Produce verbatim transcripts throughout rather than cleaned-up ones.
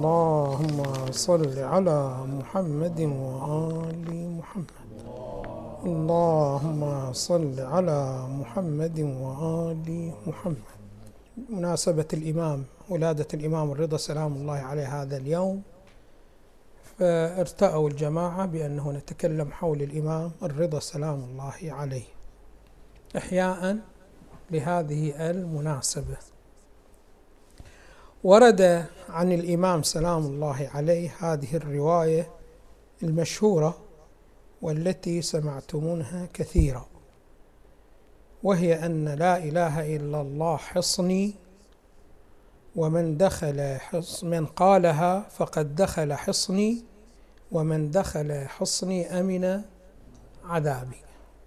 اللهم صل على محمد وآل محمد. اللهم صل على محمد وآل محمد. مناسبة الإمام ولادة الإمام الرضا سلام الله عليه هذا اليوم، فارتأوا الجماعة بأنه نتكلم حول الإمام الرضا سلام الله عليه إحياء لهذه المناسبة. ورد عن الإمام سلام الله عليه هذه الرواية المشهورة والتي سمعتمونها كثيرا، وهي أن لا إله إلا الله حصني، ومن دخل حص من قالها فقد دخل حصني، ومن دخل حصني أمن عذابي.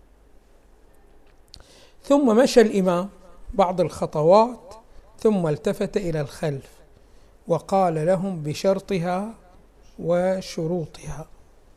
ثم مشى الإمام بعض الخطوات ثم التفت إلى الخلف وقال لهم بشرطها وشروطها،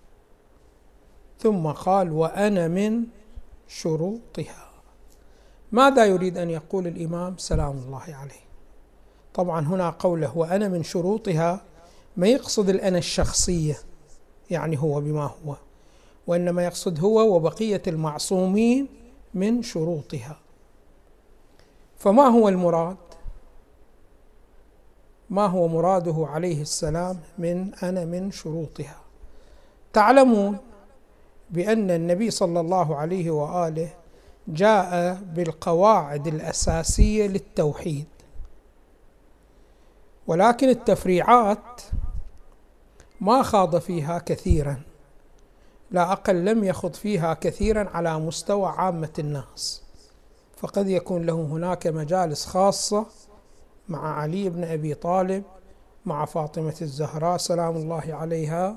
ثم قال وأنا من شروطها. ماذا يريد أن يقول الإمام سلام الله عليه؟ طبعا هنا قوله وأنا من شروطها ما يقصد الأنا الشخصية يعني هو بما هو، وإنما يقصد هو وبقية المعصومين من شروطها. فما هو المراد؟ ما هو مراده عليه السلام من أنا من شروطها؟ تعلمون بأن النبي صلى الله عليه وآله جاء بالقواعد الأساسية للتوحيد، ولكن التفريعات ما خاض فيها كثيرا، لا أقل لم يخض فيها كثيرا على مستوى عامة الناس، فقد يكون له هناك مجالس خاصة مع علي بن أبي طالب، مع فاطمة الزهراء سلام الله عليها،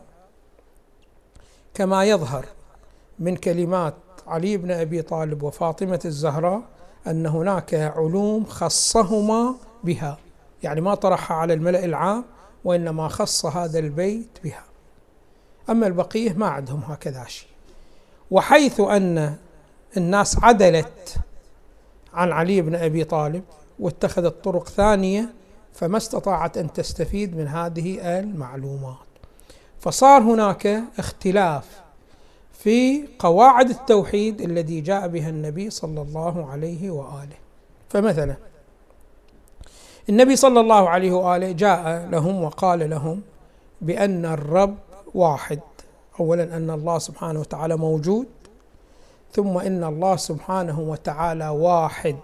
كما يظهر من كلمات علي بن أبي طالب وفاطمة الزهراء أن هناك علوم خصهما بها، يعني ما طرحها على الملأ العام وإنما خص هذا البيت بها. أما البقية ما عندهم هكذا شيء. وحيث أن الناس عدلت عن علي بن أبي طالب واتخذت طرق ثانية فما استطاعت أن تستفيد من هذه المعلومات، فصار هناك اختلاف في قواعد التوحيد الذي جاء بها النبي صلى الله عليه وآله. فمثلا النبي صلى الله عليه وآله جاء لهم وقال لهم بأن الرب واحد، أولا أن الله سبحانه وتعالى موجود، ثم إن الله سبحانه وتعالى واحد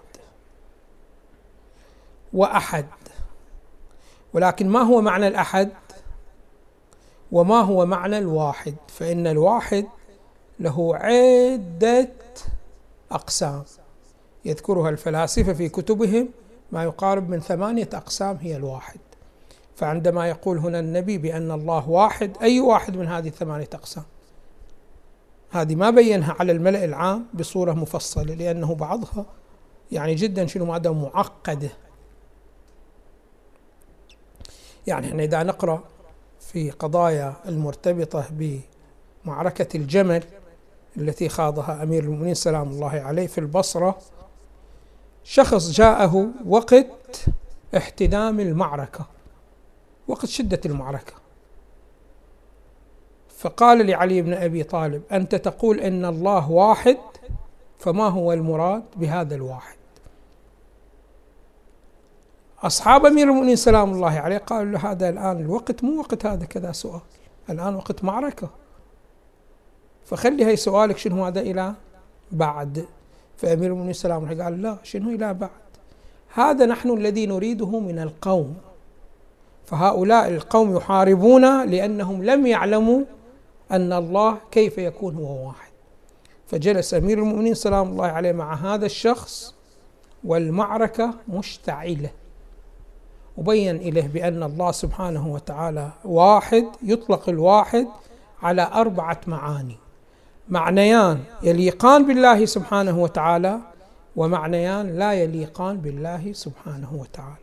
وأحد. ولكن ما هو معنى الأحد وما هو معنى الواحد؟ فإن الواحد له عدة أقسام يذكرها الفلاسفة في كتبهم، ما يقارب من ثمانية أقسام هي الواحد. فعندما يقول هنا النبي بأن الله واحد، أي واحد من هذه الثمانية أقسام؟ هذه ما بينها على الملأ العام بصورة مفصلة، لأنه بعضها يعني جدا شنو مادة معقدة. يعني احنا إذا نقرأ في قضايا المرتبطة بمعركة الجمل التي خاضها أمير المؤمنين سلام الله عليه في البصرة، شخص جاءه وقت احتدام المعركة، وقت شدة المعركة، فقال لعلي بن أبي طالب أنت تقول إن الله واحد، فما هو المراد بهذا الواحد؟ أصحاب أمير المؤمنين سلام الله عليه قالوا له هذا الآن الوقت مو وقت هذا كذا سؤال، الآن وقت معركة، فخلي هاي سؤالك شنو هذا إلى بعد. فأمير المؤمنين سلام الله قال لا، شنو إلى بعد؟ هذا نحن الذي نريده من القوم، فهؤلاء القوم يحاربون لأنهم لم يعلموا أن الله كيف يكون هو واحد. فجلس أمير المؤمنين سلام الله عليه مع هذا الشخص والمعركة مشتعلة، وبين إليه بأن الله سبحانه وتعالى واحد، يطلق الواحد على أربعة معاني: معنيان يليقان بالله سبحانه وتعالى، ومعنيان لا يليقان بالله سبحانه وتعالى.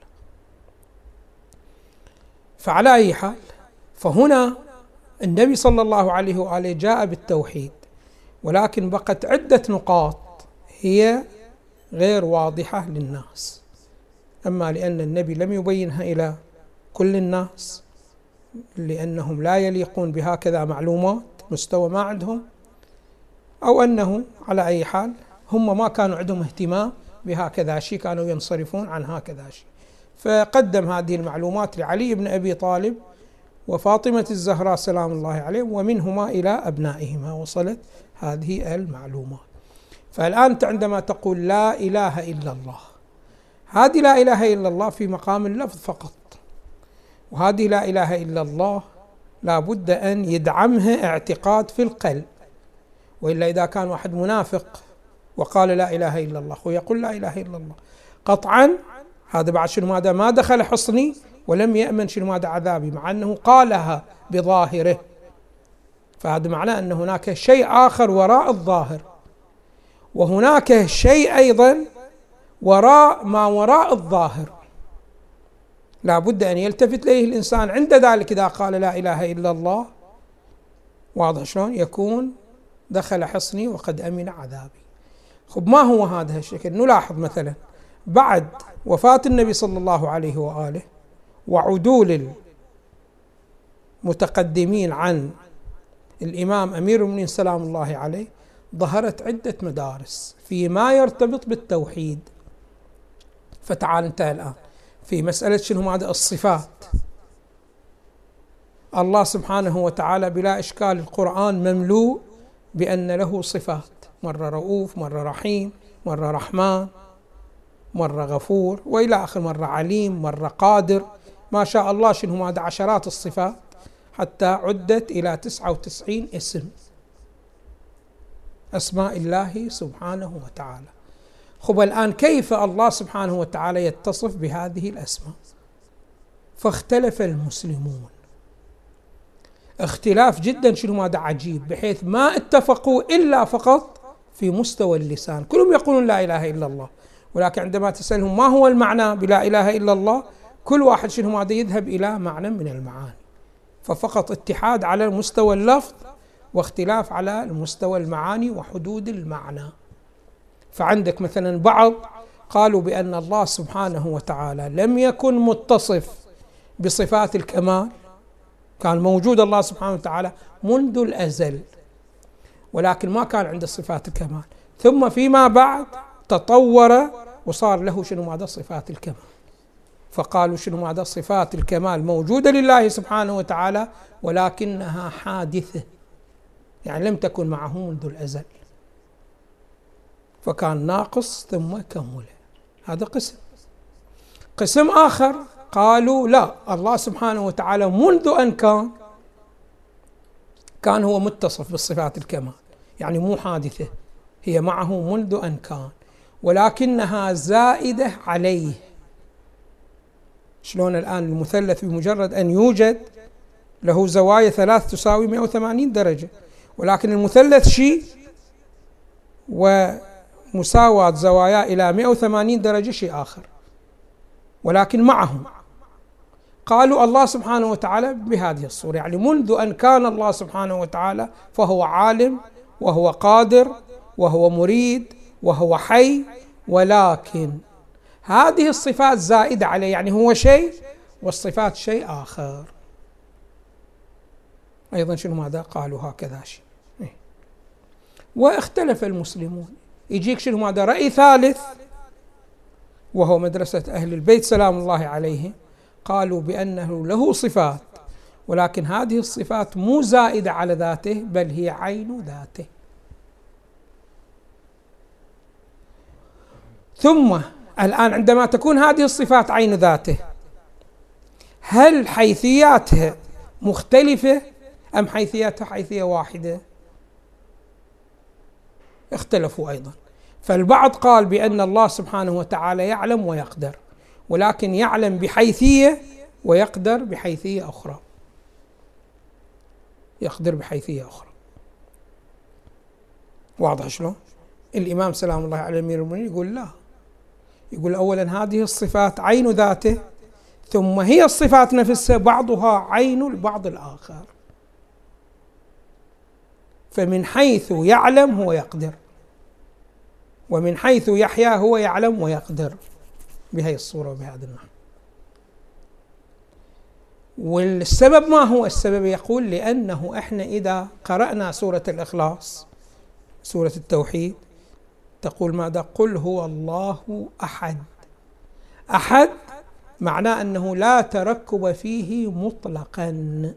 فعلى أي حال، فهنا النبي صلى الله عليه وآله جاء بالتوحيد، ولكن بقت عدة نقاط هي غير واضحة للناس، أما لأن النبي لم يبينها إلى كل الناس، لأنهم لا يليقون بهكذا معلومات، مستوى ما عندهم، أو أنه على أي حال هم ما كانوا عندهم اهتمام بهكذا شيء، كانوا ينصرفون عن هكذا شيء. فقدم هذه المعلومات لعلي بن أبي طالب وفاطمة الزهراء سلام الله عليهم، ومنهما إلى أبنائهما وصلت هذه المعلومات. فالآن أنت عندما تقول لا إله إلا الله، هذه لا إله إلا الله في مقام اللفظ فقط، وهذه لا إله إلا الله لا بد أن يدعمها اعتقاد في القلب، وإلا إذا كان واحد منافق وقال لا إله إلا الله ويقول لا إله إلا الله قطعا، هذا بعد شنو ماذا ما دخل حصني ولم يأمن شنو ماذا عذابي، مع أنه قالها بظاهره. فهذا معناه أن هناك شيء آخر وراء الظاهر، وهناك شيء أيضا وراء ما وراء الظاهر لا بد أن يلتفت إليه الإنسان عند ذلك. إذا قال لا إله إلا الله، واضح شلون يكون دخل حصني وقد أمن عذابي. خب ما هو هذا الشكل؟ نلاحظ مثلا بعد وفاة النبي صلى الله عليه وآله وعدول المتقدمين عن الإمام أمير المؤمنين سلام الله عليه، ظهرت عدة مدارس فيما يرتبط بالتوحيد. فتعال انت الآن في مسألة شنو هذا الصفات. الله سبحانه وتعالى بلا إشكال القرآن مملوء بأن له صفات، مرة رؤوف، مرة رحيم، مرة رحمن، مرة غفور، وإلى آخر، مرة عليم، مرة قادر، ما شاء الله شنو هذا عشرات الصفات، حتى عدت إلى تسعة وتسعين اسم أسماء الله سبحانه وتعالى. خب الآن كيف الله سبحانه وتعالى يتصف بهذه الأسماء؟ فاختلف المسلمون اختلاف جدا شنو ماذا عجيب، بحيث ما اتفقوا إلا فقط في مستوى اللسان. كلهم يقولون لا إله إلا الله، ولكن عندما تسألهم ما هو المعنى بلا إله إلا الله، كل واحد شنو ماذا يذهب إلى معنى من المعاني. ففقط اتحاد على مستوى اللفظ واختلاف على المستوى المعاني وحدود المعنى. فعندك مثلا بعض قالوا بأن الله سبحانه وتعالى لم يكن متصف بصفات الكمال، كان موجود الله سبحانه وتعالى منذ الأزل، ولكن ما كان عنده صفات الكمال، ثم فيما بعد تطور وصار له شنو ماذا صفات الكمال. فقالوا شنو ماذا صفات الكمال موجودة لله سبحانه وتعالى، ولكنها حادثة، يعني لم تكن معه منذ الأزل، فكان ناقص ثم كمل. هذا قسم. قسم آخر قالوا لا، الله سبحانه وتعالى منذ أن كان كان هو متصف بالصفات الكمال، يعني مو حادثة، هي معه منذ أن كان، ولكنها زائدة عليه. شلون الآن المثلث بمجرد أن يوجد له زوايا ثلاث تساوي مئة وثمانين درجة، ولكن المثلث شيء ومساواة زوايا إلى مئة وثمانين درجة شيء آخر، ولكن معهم. قالوا الله سبحانه وتعالى بهذه الصورة، يعني منذ أن كان الله سبحانه وتعالى فهو عالم وهو قادر وهو مريد وهو حي، ولكن هذه الصفات زائدة عليه، يعني هو شيء والصفات شيء آخر. أيضا شنو ماذا قالوا هكذا شيء. واختلف المسلمون، يجيك شنو ماذا رأي ثالث وهو مدرسة أهل البيت سلام الله عليهم، قالوا بأنه له صفات، ولكن هذه الصفات مو زائدة على ذاته، بل هي عين ذاته. ثم الآن عندما تكون هذه الصفات عين ذاته، هل حيثياتها مختلفة أم حيثياتها حيثية واحدة؟ اختلفوا أيضا. فالبعض قال بأن الله سبحانه وتعالى يعلم ويقدر، ولكن يعلم بحيثية ويقدر بحيثية أخرى، يقدر بحيثية أخرى. واضح شلون؟ الإمام سلام الله على أمير المؤمنين يقول لا، يقول أولا هذه الصفات عين ذاته، ثم هي الصفات نفسها بعضها عين البعض الآخر، فمن حيث يعلم هو يقدر، ومن حيث يحيا هو يعلم ويقدر، بهذه الصورة وبهذا النحو. والسبب ما هو السبب؟ يقول لأنه إحنا إذا قرأنا سورة الإخلاص سورة التوحيد تقول ماذا؟ قل هو الله أحد. أحد معناه أنه لا تركب فيه مطلقا.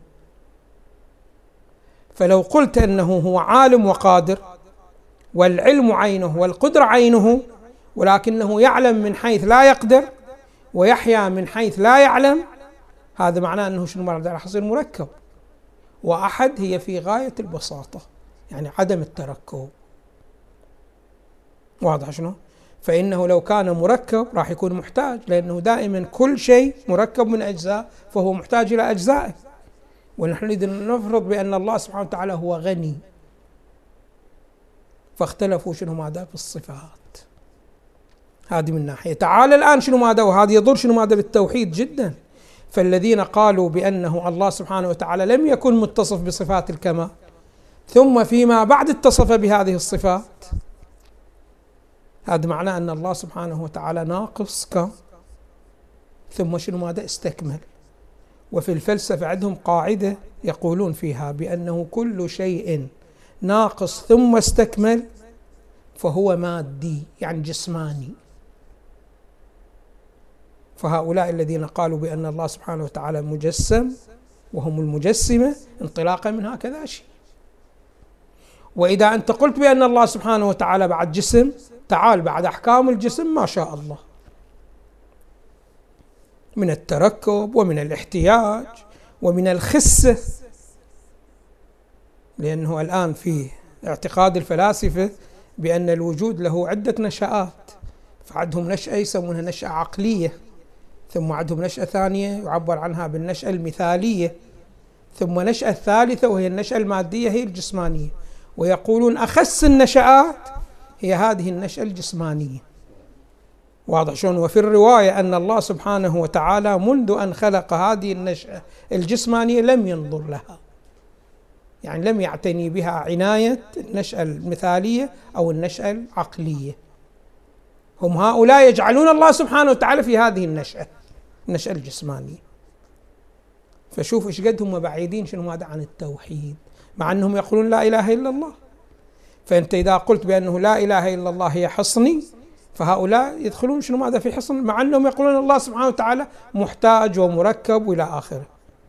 فلو قلت أنه هو عالم وقادر والعلم عينه والقدرة عينه، ولكنه يعلم من حيث لا يقدر ويحيا من حيث لا يعلم، هذا معناه أنه شنو راح يصير مركب. وأحد هي في غاية البساطة، يعني عدم التركب. واضح شنو؟ فإنه لو كان مركب راح يكون محتاج، لأنه دائما كل شيء مركب من أجزاء فهو محتاج إلى أجزائه. ونحن نريد أن نفرض بأن الله سبحانه وتعالى هو غني، فاختلفوا شنو ماذا في الصفات. هذه من ناحية. تعال الآن شنو ماذا، وهذا يضر شنو ماذا بالتوحيد جدا. فالذين قالوا بأنه الله سبحانه وتعالى لم يكن متصف بصفات الكمال، ثم فيما بعد اتصف بهذه الصفات، هذا معناه أن الله سبحانه وتعالى ناقص كان ثم شنو ماذا استكمل. وفي الفلسفة عندهم قاعدة يقولون فيها بأنه كل شيء ناقص ثم استكمل فهو مادي، يعني جسماني. فهؤلاء الذين قالوا بأن الله سبحانه وتعالى مجسم وهم المجسمة انطلاقا من هكذا شيء. وإذا أنت قلت بأن الله سبحانه وتعالى بعد جسم، تعال بعد أحكام الجسم ما شاء الله من التركب ومن الاحتياج ومن الخسة. لأنه الآن في اعتقاد الفلاسفة بأن الوجود له عدة نشآت، فعندهم نشأة يسمونها نشأة عقلية، ثم عندهم نشأة ثانية يعبر عنها بالنشأة المثالية، ثم نشأة ثالثة وهي النشأة المادية هي الجسمانية. ويقولون أخس النشآت هي هذه النشأة الجسمانية. واضح شلون؟ وفي الرواية أن الله سبحانه وتعالى منذ أن خلق هذه النشأة الجسمانية لم ينظر لها، يعني لم يعتني بها عناية النشأة المثالية أو النشأة العقلية. هم هؤلاء يجعلون الله سبحانه وتعالى في هذه النشأة، النشأة الجسمانية. فشوف إيش قد هم بعيدين شنو ماذا عن التوحيد، مع أنهم يقولون لا إله إلا الله. فأنت إذا قلت بأنه لا إله إلا الله هي حصني، فهؤلاء يدخلون شنو ماذا في حصن، مع أنهم يقولون الله سبحانه وتعالى محتاج ومركب وإلى آخره.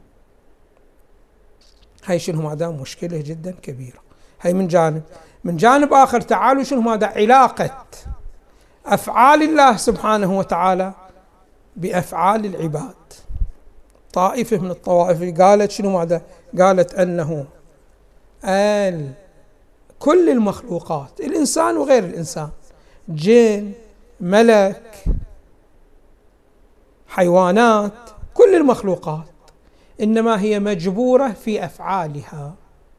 هاي شنو ماذا مشكلة جدا كبيرة. هاي من جانب. من جانب آخر تعالوا شنو ماذا علاقة أفعال الله سبحانه وتعالى بأفعال العباد. طائفة من الطوائف قالت شنو ماذا، قالت أنه آل كل المخلوقات، الإنسان وغير الإنسان، جن، ملك، حيوانات، كل المخلوقات إنما هي مجبورة في أفعالها.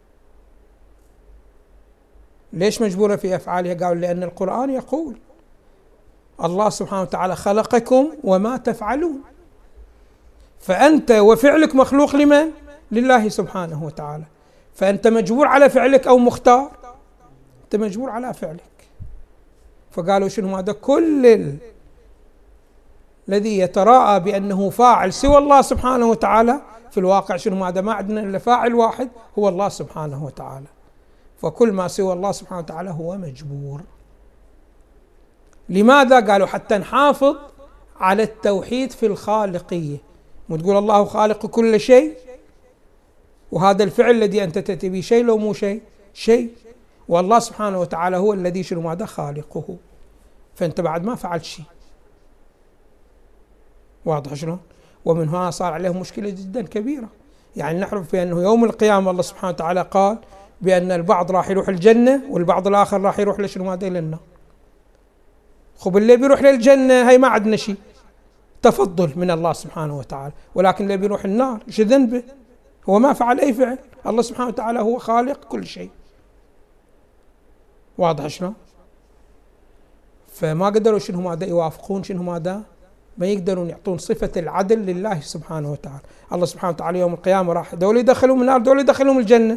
ليش مجبورة في أفعالها؟ قالوا لأن القرآن يقول الله سبحانه وتعالى خلقكم وما تفعلون، فأنت وفعلك مخلوق لمن؟ لله سبحانه وتعالى. فأنت مجبور على فعلك أو مختار؟ أنت مجبور على فعلك. فقالوا شنو هذا، كل ال... الذي يتراءى بأنه فاعل سوى الله سبحانه وتعالى في الواقع شنو هذا، ما عندنا إلا فاعل واحد هو الله سبحانه وتعالى. فكل ما سوى الله سبحانه وتعالى هو مجبور. لماذا؟ قالوا حتى نحافظ على التوحيد في الخالقية. وتقول الله خالق كل شيء، وهذا الفعل الذي أنت تأتي به شيء لو مو شيء شيء، والله سبحانه وتعالى هو الذي شنو ماذا خالقه، فأنت بعد ما فعلت شيء. واضح شنو؟ ومن هنا صار عليهم مشكلة جدا كبيرة. يعني نعرف بأنه يوم القيامة الله سبحانه وتعالى قال بأن البعض راح يروح الجنة والبعض الآخر راح يروح لشنو ماذا إلى النار. خب اللي بيروح للجنة هي ما عندنا شيء، تفضل من الله سبحانه وتعالى، ولكن اللي بيروح النار ايش ذنبه؟ هو ما فعل أي فعل، الله سبحانه وتعالى هو خالق كل شيء. واضح شلون؟ فما قدروا شنو ماذا يوافقون شنو ماذا، ما يقدرون يعطون صفة العدل لله سبحانه وتعالى. الله سبحانه وتعالى يوم القيامة راح دول يدخلهم النار دول يدخلهم الجنة.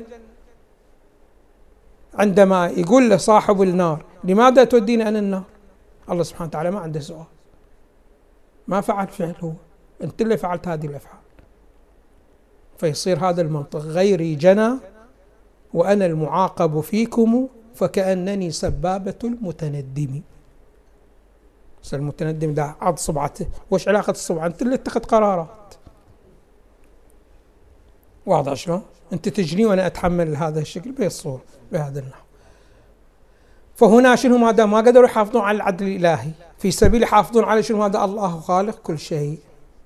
عندما يقول له صاحب النار لماذا توديني أنا النار؟ الله سبحانه وتعالى ما عنده سؤال، ما فعل فعل، هو أنت اللي فعلت هذه الأفعال. فيصير هذا المنطق غيري جنى وأنا المعاقب فيكم فكأنني سبابة المتندم. المتندم ده عض صبعته، وش علاقة الصبع؟ أنت اللي اتخذ قرارات. واضح شلون؟ أنت تجني وأنا أتحمل هذا الشكل بهالصورة بهذا النحو. فهنا شنو ماذا؟ ما قدروا يحافظون على العدل الإلهي في سبيل يحافظون على شنو ماذا؟ الله خالق كل شيء.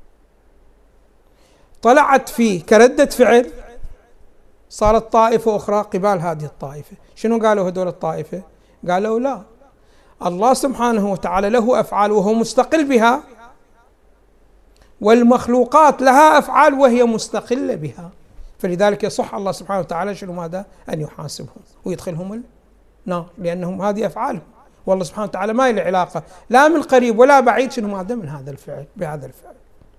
طلعت فيه كردة فعل، صارت طائفة أخرى قبال هذه الطائفة. شنو قالوا هذول الطائفة؟ قالوا لا، الله سبحانه وتعالى له أفعال وهو مستقل بها، والمخلوقات لها أفعال وهي مستقلة بها، فلذلك يصح الله سبحانه وتعالى شنو ماذا؟ أن يحاسبهم ويدخلهم النار، لأنهم هذه أفعالهم، والله سبحانه وتعالى ما له علاقة لا من قريب ولا بعيد شنو ماذا؟ من هذا الفعل بهذا الفعل.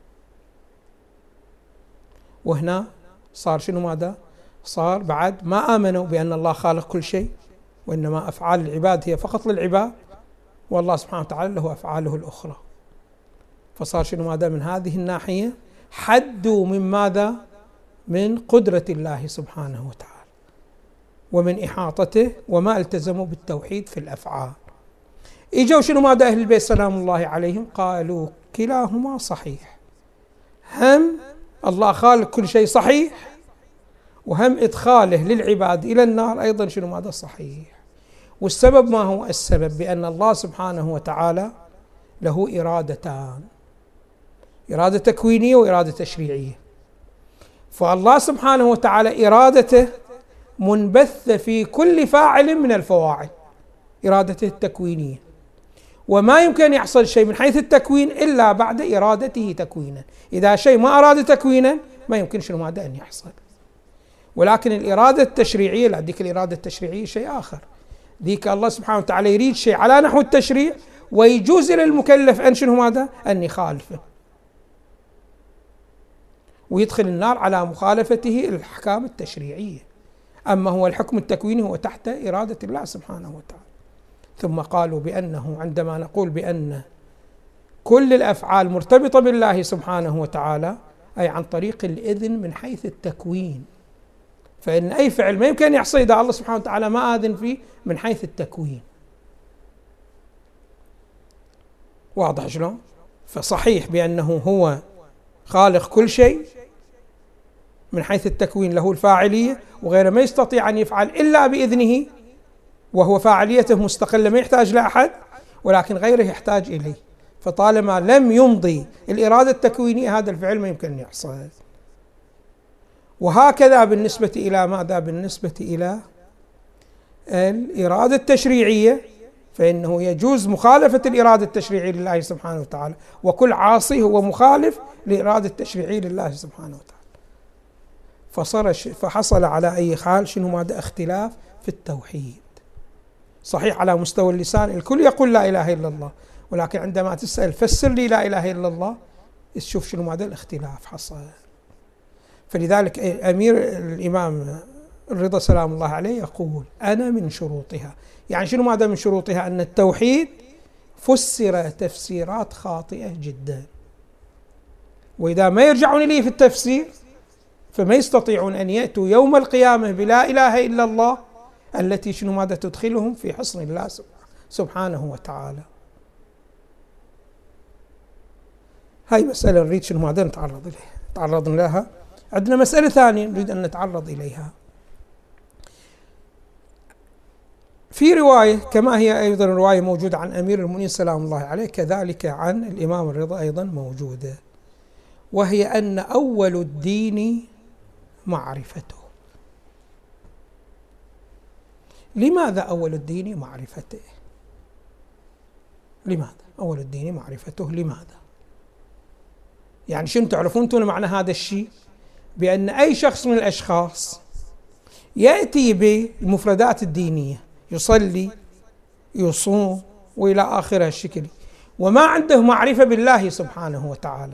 وهنا صار شنو ماذا؟ صار بعد ما آمنوا بأن الله خالق كل شيء، وإنما أفعال العباد هي فقط للعباد، والله سبحانه وتعالى له أفعاله الأخرى. فصار شنو ماذا؟ من هذه الناحية حدوا من ماذا؟ من قدرة الله سبحانه وتعالى ومن إحاطته، وما التزموا بالتوحيد في الأفعال. إجوا شنو ماذا؟ أهل البيت سلام الله عليهم قالوا كلاهما صحيح، هم الله خالق كل شيء صحيح، وهم إدخاله للعباد إلى النار أيضا شنو ماذا؟ صحيح. والسبب ما هو؟ السبب بأن الله سبحانه وتعالى له إرادتان، إرادة تكوينية وإرادة تشريعية. فالله سبحانه وتعالى إرادته منبثة في كل فاعل من الفواعل، إرادته التكوينية، وما يمكن أن يحصل شيء من حيث التكوين إلا بعد إرادته تكوينا. إذا شيء ما أراد تكوينا ما يمكن شنو ماذا؟ أن يحصل. ولكن الإرادة التشريعية لا، ديك الإرادة التشريعية شيء آخر، ديك الله سبحانه وتعالى يريد شيء على نحو التشريع ويجوز للمكلف أن شنو ماذا؟ أن يخالفه ويدخل النار على مخالفته الأحكام التشريعية. أما هو الحكم التكويني هو تحت إرادة الله سبحانه وتعالى. ثم قالوا بأنه عندما نقول بأن كل الأفعال مرتبطة بالله سبحانه وتعالى أي عن طريق الإذن من حيث التكوين، فإن أي فعل ما يمكن يحصل إذا الله سبحانه وتعالى ما آذن فيه من حيث التكوين. واضح شلون؟ فصحيح بأنه هو خالق كل شيء من حيث التكوين، له الفاعلية، وغيره ما يستطيع أن يفعل إلا بإذنه، وهو فاعليته مستقلة ما يحتاج لأحد، ولكن غيره يحتاج إليه. فطالما لم يمضي الإرادة التكوينية هذا الفعل ما يمكن أن يحصل. وهكذا بالنسبة إلى ماذا؟ بالنسبة إلى الإرادة التشريعية، فإنه يجوز مخالفة الإرادة التشريعية لله سبحانه وتعالى، وكل عاصي هو مخالف للإرادة التشريعية لله سبحانه وتعالى. فصار فحصل على أي حال شنو ماذا؟ اختلاف في التوحيد. صحيح على مستوى اللسان الكل يقول لا إله إلا الله، ولكن عندما تسأل فسر لي لا إله إلا الله تشوف شنو ماذا؟ الاختلاف حصل. فلذلك أمير الإمام الرضا سلام الله عليه يقول أنا من شروطها، يعني شنو ماذا من شروطها؟ أن التوحيد فسر تفسيرات خاطئة جدا، وإذا ما يرجعون إليه في التفسير فما يستطيعون أن يأتوا يوم القيامة بلا إله إلا الله التي شنو ماذا؟ تدخلهم في حصن الله سبحانه وتعالى. هاي مسألة نريد شنو ماذا؟ نتعرض إليها، تعرضنا لها. عندنا مسألة ثانية نريد أن نتعرض إليها في رواية، كما هي أيضا رواية موجودة عن أمير المؤمنين سلام الله عليه، كذلك عن الإمام الرضا أيضا موجودة، وهي أن أول الدين معرفته. لماذا أول الدين معرفته؟ لماذا أول الدين معرفته؟ لماذا؟ يعني شنو تعرفون انتم معنى هذا الشيء؟ بأن أي شخص من الأشخاص يأتي بالمفردات الدينية، يصلي يصوم وإلى آخر الشكل، وما عنده معرفة بالله سبحانه وتعالى.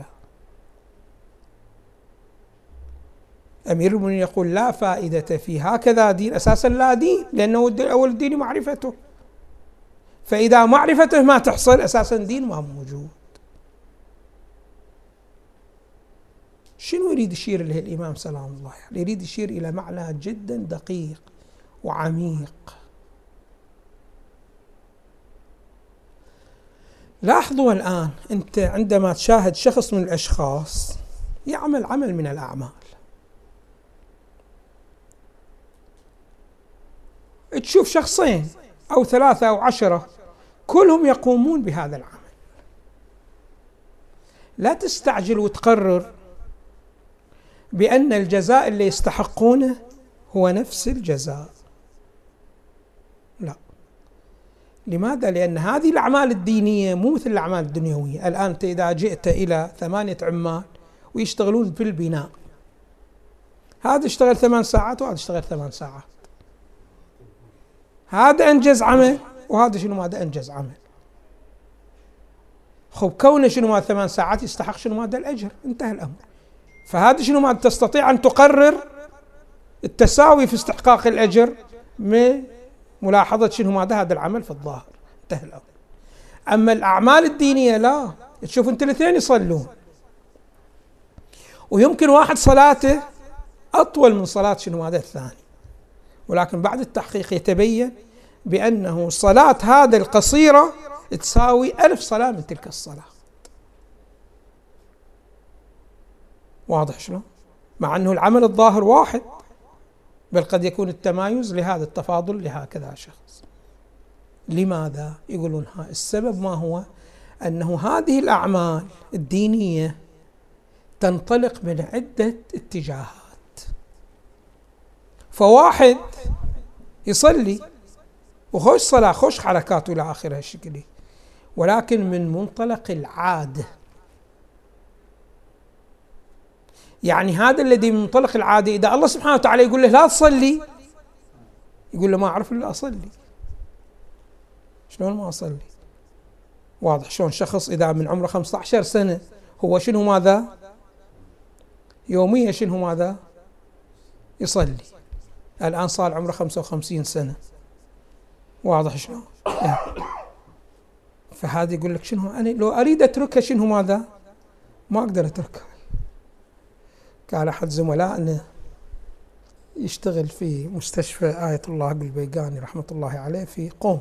أمير المؤمنين يقول لا فائدة في هكذا دين، أساسا لا دين، لأنه أول الدين معرفته، فإذا معرفته ما تحصل أساسا دين ما موجود. شنو يريد يشير له الإمام سلام الله عليه؟ يريد يشير إلى معنى جدا دقيق وعميق. لاحظوا الآن، أنت عندما تشاهد شخص من الأشخاص يعمل عمل من الأعمال، تشوف شخصين أو ثلاثة أو عشرة كلهم يقومون بهذا العمل، لا تستعجل وتقرر بأن الجزاء اللي يستحقونه هو نفس الجزاء. لا. لماذا؟ لأن هذه الأعمال الدينية مو مثل الأعمال الدنيوية. الآن أنت إذا جئت إلى ثمانية عمال ويشتغلون في البناء، هذا اشتغل ثمان ساعات وهذا اشتغل ثمان ساعات، هذا أنجز عمل وهذا شنو ماذا أنجز عمل. خب كونه شنو ماذا ثمان ساعات يستحق شنو ماذا الأجر، انتهى الأمر. فهذا شنو ماذا تستطيع أن تقرر التساوي في استحقاق الأجر من ملاحظة شنو ماذا هذا العمل في الظاهر، انتهى الأمر. أما الأعمال الدينية لا، تشوف أنت الاثنين يصلون ويمكن واحد صلاته أطول من صلاة شنو ماذا الثاني، ولكن بعد التحقيق يتبين بأنه صلاة هذا القصيرة تساوي ألف صلاة من تلك الصلاة. واضح شلون؟ مع أنه العمل الظاهر واحد، بل قد يكون التمايز لهذا التفاضل لهكذا شخص. لماذا؟ يقولون ها السبب ما هو؟ أنه هذه الأعمال الدينية تنطلق من عدة اتجاهات. فواحد يصلي وخوش صلاة خوش حركات إلى آخر هالشكل، ولكن من منطلق العادة. يعني هذا الذي من منطلق العادة، إذا الله سبحانه وتعالى يقول له لا تصلي، يقول له ما أعرف إلا أصلي. شلون ما أصلي؟ واضح شلون؟ شخص إذا من عمره خمسة عشر سنة هو شنو ماذا؟ يوميا شنو ماذا؟ يصلي. الآن صار عمره خمسة وخمسين سنة. واضح شلون؟ فهذا يقول لك شنو أنا لو أريد أتركها شنو ماذا؟ ما أقدر أتركها. كان أحد زملائنا يشتغل في مستشفى آية الله البيقاني رحمة الله عليه في قوم،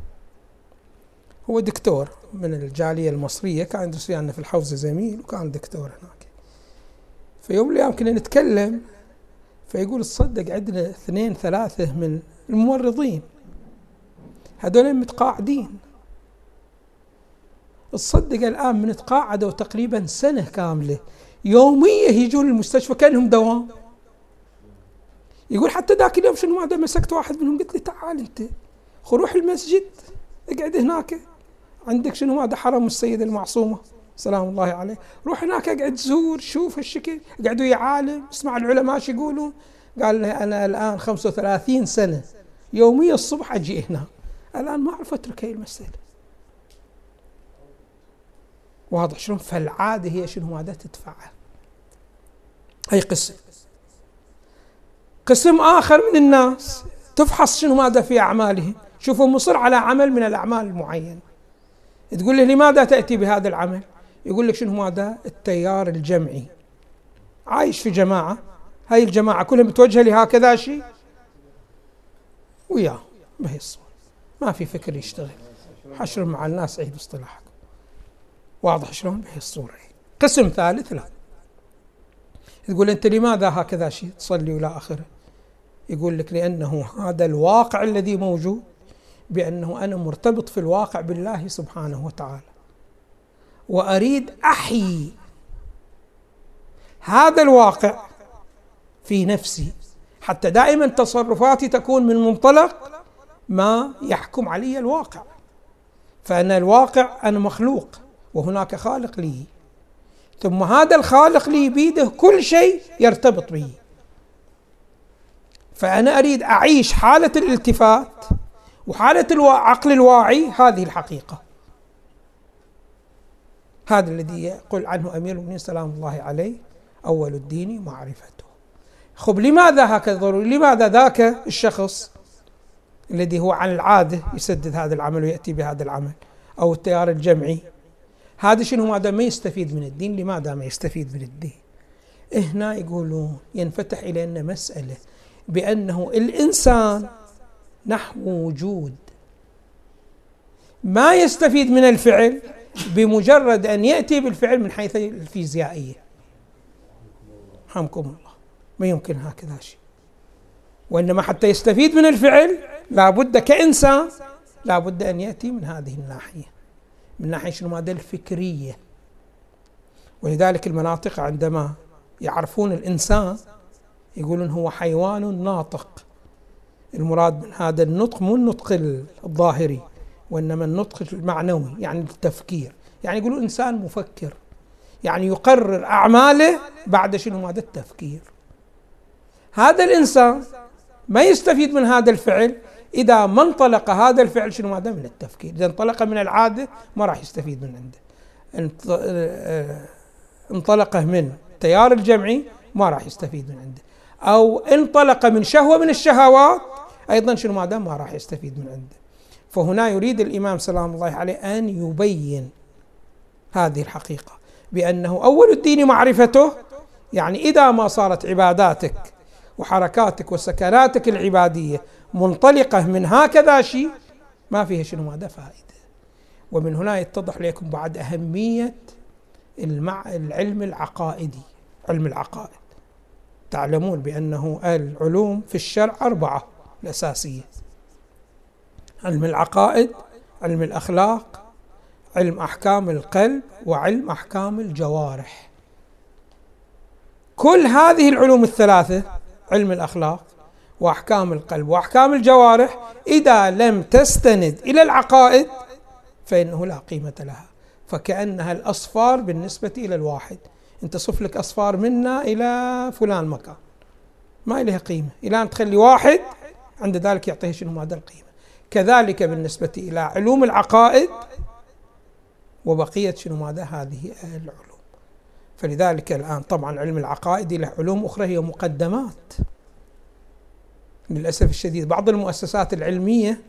هو دكتور من الجالية المصرية، كان يدرس ويانا في الحوزة زميل وكان دكتور هناك. في يوم من الأيام كنا نتكلم، فيقول تصدق عندنا اثنين ثلاثة من الممرضين هذول متقاعدين، تصدق الآن من تقاعدوا تقريبا سنة كاملة يوميا يجون المستشفى كأنهم دوام. يقول حتى ذاك اليوم شنو ماذا مسكت واحد منهم قلت له تعال انت خو روح المسجد اقعد هناك، عندك شنو ماذا حرم السيدة المعصومة سلام الله عليه، روح هناك اقعد زور شوف هالشكل، اقعد ويا عالم اسمع العلماء شو يقولون. قال له انا الان خمسة وثلاثين سنة يوميا الصبح اجي هنا، الان ما اعرف اترك هاي المسألة. واضح شلون؟ فالعادة هي شنو ماذا تدفعها. هي قسم. قسم آخر من الناس تفحص شنو ماذا في أعمالهم، شوفوا مصر على عمل من الأعمال المعينة، تقول له لماذا تأتي بهذا العمل؟ يقول لك شنو ماذا؟ التيار الجمعي، عايش في جماعة، هاي الجماعة كلها متوجهة لهكذا شيء وياه بهي الصورة، ما في فكر يشتغل، حشر مع الناس عيد اصطلاحك. واضح شلون؟ بهي الصورة. قسم ثالث لا، تقول أنت لماذا هكذا شيء تصلي ولا آخره؟ يقول لك لأنه هذا الواقع الذي موجود، بأنه أنا مرتبط في الواقع بالله سبحانه وتعالى، وأريد أحيي هذا الواقع في نفسي، حتى دائما تصرفاتي تكون من منطلق ما يحكم علي الواقع. فأنا الواقع أنا مخلوق وهناك خالق لي، ثم هذا الخالق لي بيده كل شيء يرتبط به، فأنا أريد أعيش حالة الالتفات وحالة العقل الواعي هذه الحقيقة. هذا الذي يقول عنه أمير المؤمنين سلام الله عليه أول الدين معرفته. خب لماذا هكذا ضروري؟ لماذا ذاك الشخص الذي هو عن العادة يسدد هذا العمل ويأتي بهذا العمل، أو التيار الجمعي، هذا شنو ماذا ما يستفيد من الدين؟ لماذا ما يستفيد من الدين؟ هنا يقولون ينفتح إلينا مسألة بأنه الإنسان نحو وجود ما يستفيد من الفعل بمجرد أن يأتي بالفعل من حيث الفيزيائية. رحمكم الله، ما يمكن هكذا شيء، وإنما حتى يستفيد من الفعل لابد كإنسان لابد أن يأتي من هذه الناحية، من ناحية شنو ماذا الفكرية. ولذلك المناطق عندما يعرفون الإنسان يقولون هو حيوان ناطق. المراد من هذا النطق مو النطق الظاهري، وإنما النطق المعنوي، يعني التفكير. يعني يقولون إنسان مفكر، يعني يقرر أعماله بعد شنو ماذا التفكير. هذا الإنسان ما يستفيد من هذا الفعل إذا ما انطلق هذا الفعل شنو ماذا من التفكير. إذا انطلق من العادة ما راح يستفيد من عنده، انطلقه من التيار الجمعي ما راح يستفيد من عنده، أو انطلق من شهوة من الشهوات أيضا شنو ماذا ما راح يستفيد من عنده. فهنا يريد الإمام سلام الله عليه أن يبين هذه الحقيقة بأنه أول الدين معرفته. يعني إذا ما صارت عباداتك وحركاتك وسكناتك العبادية منطلقة من هكذا شيء ما فيها شنو ماذا فائدة. ومن هنا يتضح لكم بعد أهمية المع... العلم العقائدي. علم العقائد، تعلمون بأنه العلوم في الشرع أربعة الأساسية: علم العقائد، علم الأخلاق، علم أحكام القلب، وعلم أحكام الجوارح. كل هذه العلوم الثلاثة، علم الأخلاق وأحكام القلب وأحكام الجوارح، إذا لم تستند إلى العقائد فإنه لا قيمة لها، فكأنها الأصفار بالنسبة إلى الواحد. أنت صف لك أصفار منا إلى فلان مكان ما إليها قيمة، إلى أن تخلي واحد عند ذلك يعطيه شنو ماذا القيمة. كذلك بالنسبة إلى علوم العقائد وبقية شنو ماذا هذه العلوم. فلذلك الآن طبعا علم العقائد له علوم أخرى هي مقدمات. للأسف الشديد بعض المؤسسات العلمية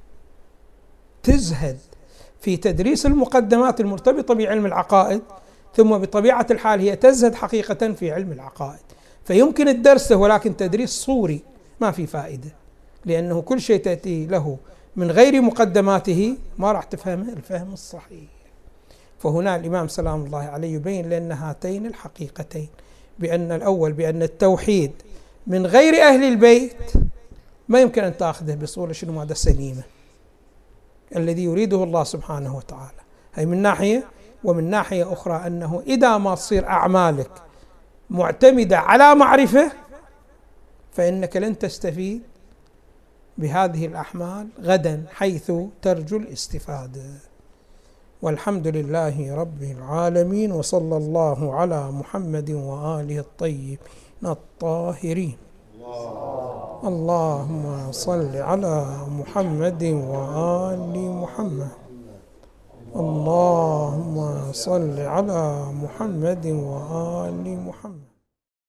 تزهد في تدريس المقدمات المرتبطة بعلم العقائد، ثم بطبيعة الحال هي تزهد حقيقة في علم العقائد، فيمكن الدرس ولكن تدريس صوري ما في فائدة، لأنه كل شيء تأتي له من غير مقدماته ما راح تفهمه الفهم الصحيح. فهنا الإمام سلام الله عليه يبين لنا هاتين الحقيقتين، بأن الأول بأن التوحيد من غير أهل البيت ما يمكن أن تأخذه بصورة شنو ماذا سليمة الذي يريده الله سبحانه وتعالى. هي من ناحية. ومن ناحية أخرى أنه إذا ما تصير أعمالك معتمدة على معرفة فإنك لن تستفيد بهذه الأعمال غدا حيث ترجو الاستفادة. والحمد لله رب العالمين، وصلى الله على محمد وآله الطيبين الطاهرين. اللهم صل على محمد وآل محمد. اللهم صل على محمد وآل محمد.